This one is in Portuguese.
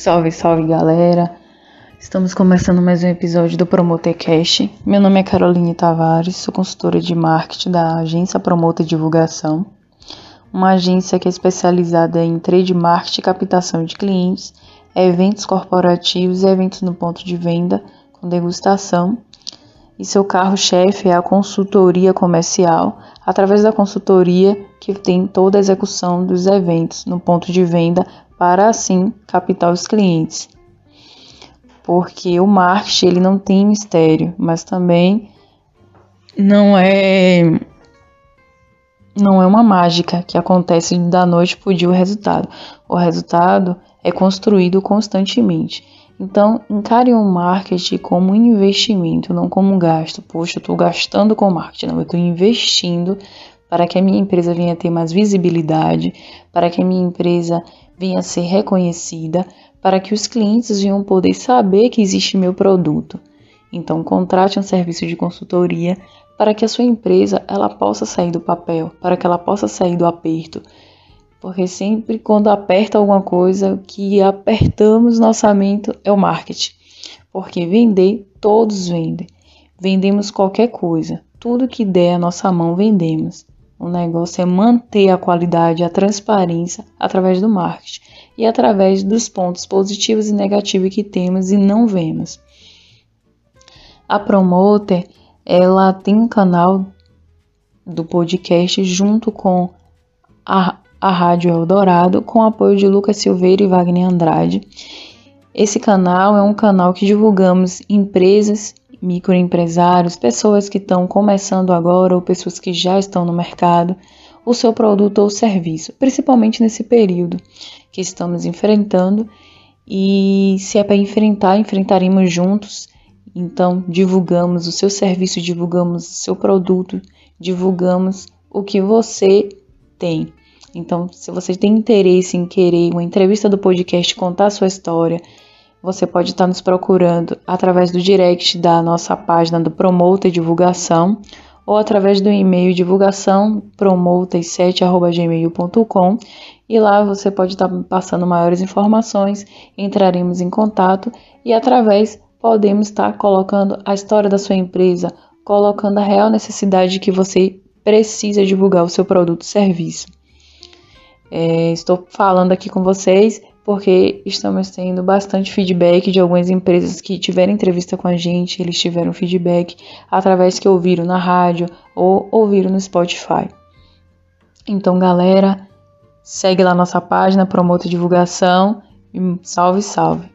Salve, salve galera! Estamos começando mais um episódio do Promotercast. Meu nome é Caroline Tavares, sou consultora de marketing da agência Promoter Divulgação, uma agência que é especializada em trade marketing e captação de clientes, eventos corporativos e eventos no ponto de venda com degustação. E seu carro-chefe é a consultoria comercial, através da consultoria que tem toda a execução dos eventos no ponto de venda para assim captar os clientes. Porque o marketing ele não tem mistério, mas também não é uma mágica que acontece da noite para o dia o resultado. O resultado é construído constantemente. Então, encare o marketing como um investimento, não como um gasto. Poxa, eu estou gastando com marketing. Não, eu estou investindo para que a minha empresa venha ter mais visibilidade, para que a minha empresa venha a ser reconhecida, para que os clientes venham poder saber que existe meu produto. Então, contrate um serviço de consultoria para que a sua empresa ela possa sair do papel, para que ela possa sair do aperto. Porque sempre quando aperta alguma coisa, o que apertamos no orçamento é o marketing. Porque vender, todos vendem. Vendemos qualquer coisa. Tudo que der a nossa mão, vendemos. O negócio é manter a qualidade, a transparência através do marketing. E através dos pontos positivos e negativos que temos e não vemos. A Promoter, ela tem um canal do podcast junto com a Rádio Eldorado, com apoio de Lucas Silveira e Wagner Andrade. Esse canal é um canal que divulgamos empresas, microempresários, pessoas que estão começando agora ou pessoas que já estão no mercado, o seu produto ou serviço, principalmente nesse período que estamos enfrentando. E se é para enfrentar, enfrentaremos juntos. Então, divulgamos o seu serviço, divulgamos o seu produto, divulgamos o que você tem. Então, se você tem interesse em querer uma entrevista do podcast, contar a sua história, você pode estar nos procurando através do direct da nossa página do Promoter Divulgação ou através do e-mail divulgaçãopromoter7@gmail.com e lá você pode estar passando maiores informações, entraremos em contato e através podemos estar colocando a história da sua empresa, colocando a real necessidade que você precisa divulgar o seu produto ou serviço. Estou falando aqui com vocês porque estamos tendo bastante feedback de algumas empresas que tiveram entrevista com a gente, eles tiveram feedback através que ouviram na rádio ou ouviram no Spotify. Então, galera, segue lá nossa página, Promoter Divulgação e salve, salve!